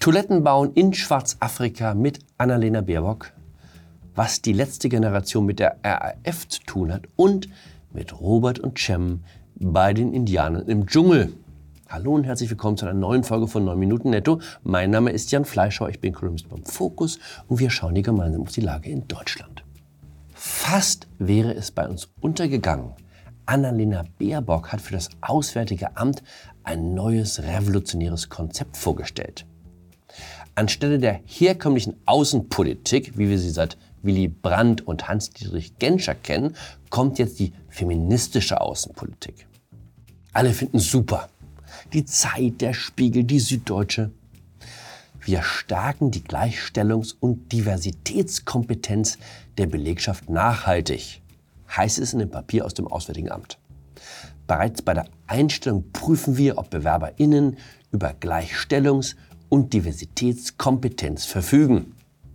Toiletten bauen in Schwarzafrika mit Annalena Baerbock, was die letzte Generation mit der RAF zu tun hat und mit Robert und Cem bei den Indianern im Dschungel. Hallo und herzlich willkommen zu einer neuen Folge von 9 Minuten Netto. Mein Name ist Jan Fleischhauer, ich bin Kolumnist beim Fokus und wir schauen hier gemeinsam auf die Lage in Deutschland. Fast wäre es bei uns untergegangen. Annalena Baerbock hat für das Auswärtige Amt ein neues revolutionäres Konzept vorgestellt. Anstelle der herkömmlichen Außenpolitik, wie wir sie seit Willy Brandt und Hans-Dietrich Genscher kennen, kommt jetzt die feministische Außenpolitik. Alle finden es super. Die Zeit, der Spiegel, die Süddeutsche. Wir stärken die Gleichstellungs- und Diversitätskompetenz der Belegschaft nachhaltig, heißt es in dem Papier aus dem Auswärtigen Amt. Bereits bei der Einstellung prüfen wir, ob BewerberInnen über Gleichstellungs- und Diversitätskompetenz verfügen.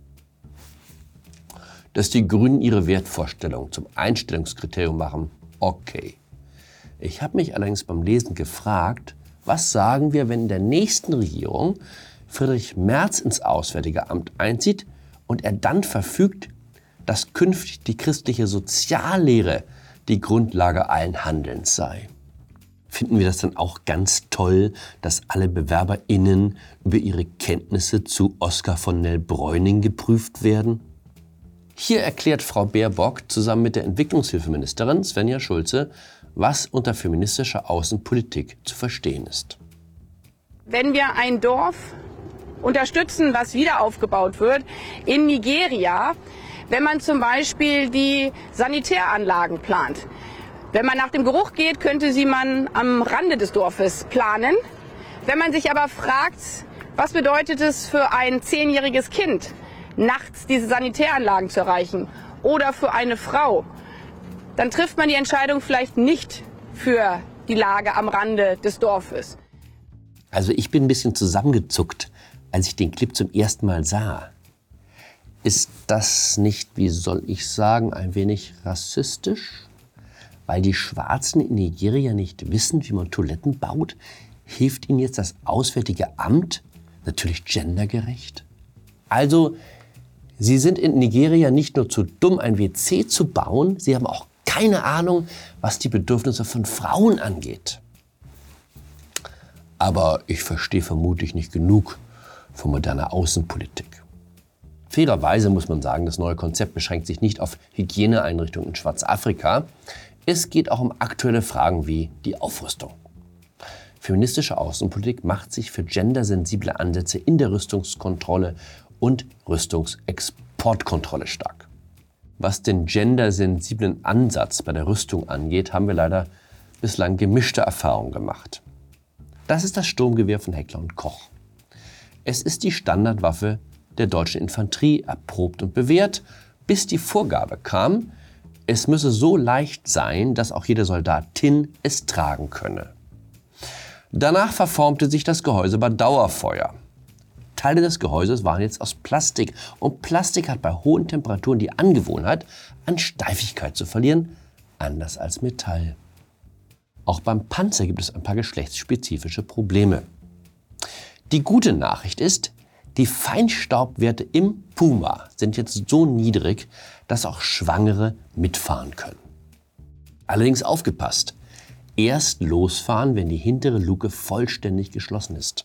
Dass die Grünen ihre Wertvorstellung zum Einstellungskriterium machen, okay. Ich habe mich allerdings beim Lesen gefragt, was sagen wir, wenn in der nächsten Regierung Friedrich Merz ins Auswärtige Amt einzieht und er dann verfügt, dass künftig die christliche Soziallehre die Grundlage allen Handelns sei. Finden wir das dann auch ganz toll, dass alle BewerberInnen über ihre Kenntnisse zu Oskar von Nell-Bräuning geprüft werden? Hier erklärt Frau Baerbock zusammen mit der Entwicklungshilfeministerin Svenja Schulze, was unter feministischer Außenpolitik zu verstehen ist. Wenn wir ein Dorf unterstützen, was wieder aufgebaut wird, in Nigeria, wenn man zum Beispiel die Sanitäranlagen plant. Wenn man nach dem Geruch geht, könnte man am Rande des Dorfes planen. Wenn man sich aber fragt, was bedeutet es für ein 10-jähriges Kind, nachts diese Sanitäranlagen zu erreichen oder für eine Frau, dann trifft man die Entscheidung vielleicht nicht für die Lage am Rande des Dorfes. Also ich bin ein bisschen zusammengezuckt, als ich den Clip zum ersten Mal sah. Ist das nicht, wie soll ich sagen, ein wenig rassistisch? Weil die Schwarzen in Nigeria nicht wissen, wie man Toiletten baut, hilft ihnen jetzt das Auswärtige Amt, natürlich gendergerecht. Also, sie sind in Nigeria nicht nur zu dumm, ein WC zu bauen, sie haben auch keine Ahnung, was die Bedürfnisse von Frauen angeht. Aber ich verstehe vermutlich nicht genug von moderner Außenpolitik. Fairerweise muss man sagen, das neue Konzept beschränkt sich nicht auf Hygieneeinrichtungen in Schwarzafrika. Es geht auch um aktuelle Fragen wie die Aufrüstung. Feministische Außenpolitik macht sich für gendersensible Ansätze in der Rüstungskontrolle und Rüstungsexportkontrolle stark. Was den gendersensiblen Ansatz bei der Rüstung angeht, haben wir leider bislang gemischte Erfahrungen gemacht. Das ist das Sturmgewehr von Heckler & Koch. Es ist die Standardwaffe der deutschen Infanterie, erprobt und bewährt, bis die Vorgabe kam, es müsse so leicht sein, dass auch jede Soldatin es tragen könne. Danach verformte sich das Gehäuse bei Dauerfeuer. Teile des Gehäuses waren jetzt aus Plastik und Plastik hat bei hohen Temperaturen die Angewohnheit, an Steifigkeit zu verlieren, anders als Metall. Auch beim Panzer gibt es ein paar geschlechtsspezifische Probleme. Die gute Nachricht ist, die Feinstaubwerte im Puma sind jetzt so niedrig, dass auch Schwangere mitfahren können. Allerdings aufgepasst, erst losfahren, wenn die hintere Luke vollständig geschlossen ist.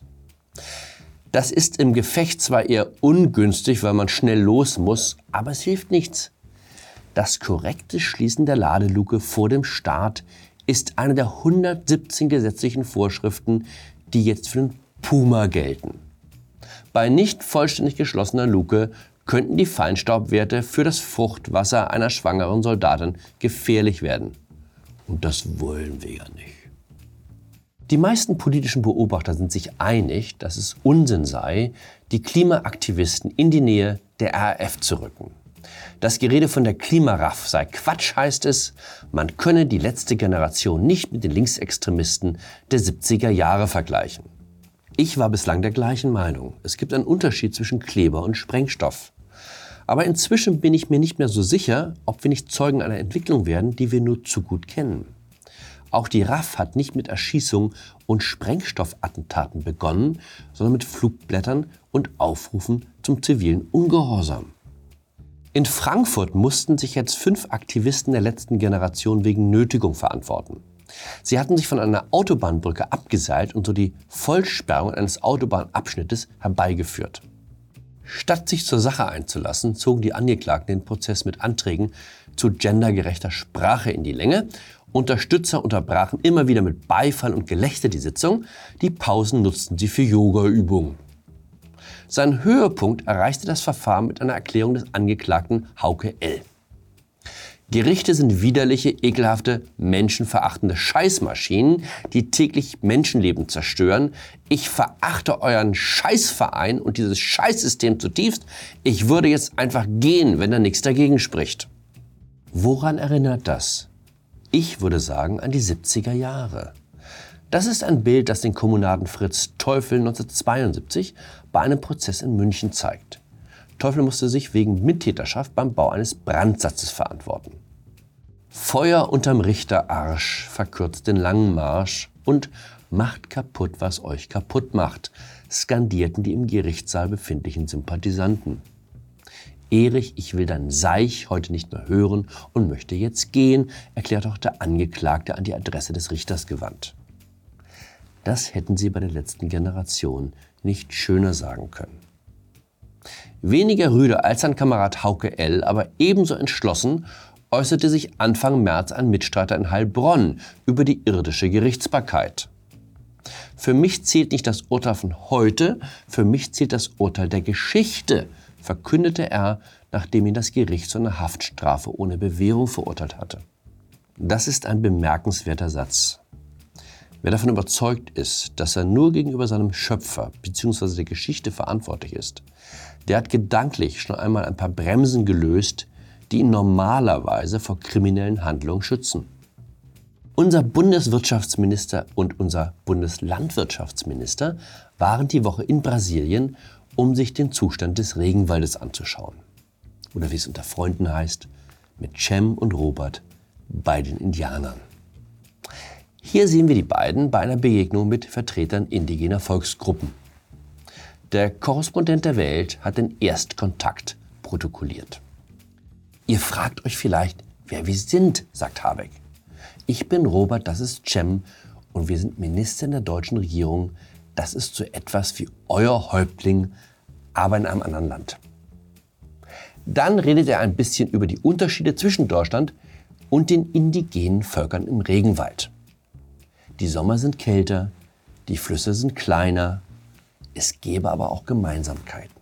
Das ist im Gefecht zwar eher ungünstig, weil man schnell los muss, aber es hilft nichts. Das korrekte Schließen der Ladeluke vor dem Start ist eine der 117 gesetzlichen Vorschriften, die jetzt für den Puma gelten. Bei nicht vollständig geschlossener Luke könnten die Feinstaubwerte für das Fruchtwasser einer schwangeren Soldatin gefährlich werden. Und das wollen wir ja nicht. Die meisten politischen Beobachter sind sich einig, dass es Unsinn sei, die Klimaaktivisten in die Nähe der RAF zu rücken. Das Gerede von der Klimaraff sei Quatsch, heißt es. Man könne die letzte Generation nicht mit den Linksextremisten der 70er Jahre vergleichen. Ich war bislang der gleichen Meinung. Es gibt einen Unterschied zwischen Kleber und Sprengstoff. Aber inzwischen bin ich mir nicht mehr so sicher, ob wir nicht Zeugen einer Entwicklung werden, die wir nur zu gut kennen. Auch die RAF hat nicht mit Erschießungen und Sprengstoffattentaten begonnen, sondern mit Flugblättern und Aufrufen zum zivilen Ungehorsam. In Frankfurt mussten sich jetzt 5 Aktivisten der letzten Generation wegen Nötigung verantworten. Sie hatten sich von einer Autobahnbrücke abgeseilt und so die Vollsperrung eines Autobahnabschnittes herbeigeführt. Statt sich zur Sache einzulassen, zogen die Angeklagten den Prozess mit Anträgen zu gendergerechter Sprache in die Länge. Unterstützer unterbrachen immer wieder mit Beifall und Gelächter die Sitzung. Die Pausen nutzten sie für Yogaübungen. Seinen Höhepunkt erreichte das Verfahren mit einer Erklärung des Angeklagten Hauke L. Gerichte sind widerliche, ekelhafte, menschenverachtende Scheißmaschinen, die täglich Menschenleben zerstören. Ich verachte euren Scheißverein und dieses Scheißsystem zutiefst. Ich würde jetzt einfach gehen, wenn da nichts dagegen spricht. Woran erinnert das? Ich würde sagen an die 70er Jahre. Das ist ein Bild, das den Kommunaden Fritz Teufel 1972 bei einem Prozess in München zeigt. Teufel musste sich wegen Mittäterschaft beim Bau eines Brandsatzes verantworten. Feuer unterm Richterarsch verkürzt den langen Marsch und macht kaputt, was euch kaputt macht, skandierten die im Gerichtssaal befindlichen Sympathisanten. Erich, ich will dein Seich heute nicht mehr hören und möchte jetzt gehen, erklärt auch der Angeklagte an die Adresse des Richters gewandt. Das hätten sie bei der letzten Generation nicht schöner sagen können. Weniger rüde als sein Kamerad Hauke L., aber ebenso entschlossen, äußerte sich Anfang März ein Mitstreiter in Heilbronn über die irdische Gerichtsbarkeit. Für mich zählt nicht das Urteil von heute, für mich zählt das Urteil der Geschichte, verkündete er, nachdem ihn das Gericht zu einer Haftstrafe ohne Bewährung verurteilt hatte. Das ist ein bemerkenswerter Satz. Wer davon überzeugt ist, dass er nur gegenüber seinem Schöpfer bzw. der Geschichte verantwortlich ist, der hat gedanklich schon einmal ein paar Bremsen gelöst, die ihn normalerweise vor kriminellen Handlungen schützen. Unser Bundeswirtschaftsminister und unser Bundeslandwirtschaftsminister waren die Woche in Brasilien, um sich den Zustand des Regenwaldes anzuschauen. Oder wie es unter Freunden heißt, mit Cem und Robert bei den Indianern. Hier sehen wir die beiden bei einer Begegnung mit Vertretern indigener Volksgruppen. Der Korrespondent der Welt hat den Erstkontakt protokolliert. Ihr fragt euch vielleicht, wer wir sind, sagt Habeck. Ich bin Robert, das ist Cem und wir sind Minister in der deutschen Regierung. Das ist so etwas wie euer Häuptling, aber in einem anderen Land. Dann redet er ein bisschen über die Unterschiede zwischen Deutschland und den indigenen Völkern im Regenwald. Die Sommer sind kälter, die Flüsse sind kleiner, es gäbe aber auch Gemeinsamkeiten.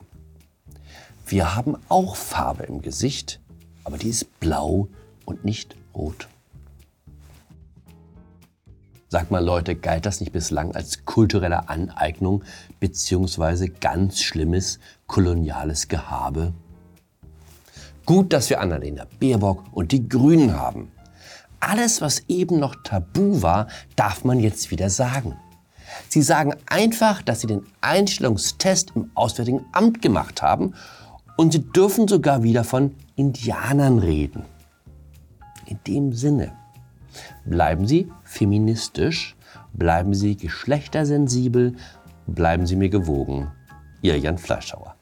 Wir haben auch Farbe im Gesicht, aber die ist blau und nicht rot. Sag mal Leute, galt das nicht bislang als kulturelle Aneignung bzw. ganz schlimmes koloniales Gehabe? Gut, dass wir Annalena Baerbock und die Grünen haben. Alles, was eben noch tabu war, darf man jetzt wieder sagen. Sie sagen einfach, dass sie den Einstellungstest im Auswärtigen Amt gemacht haben und sie dürfen sogar wieder von Indianern reden. In dem Sinne, bleiben Sie feministisch, bleiben Sie geschlechtersensibel, bleiben Sie mir gewogen. Ihr Jan Fleischhauer.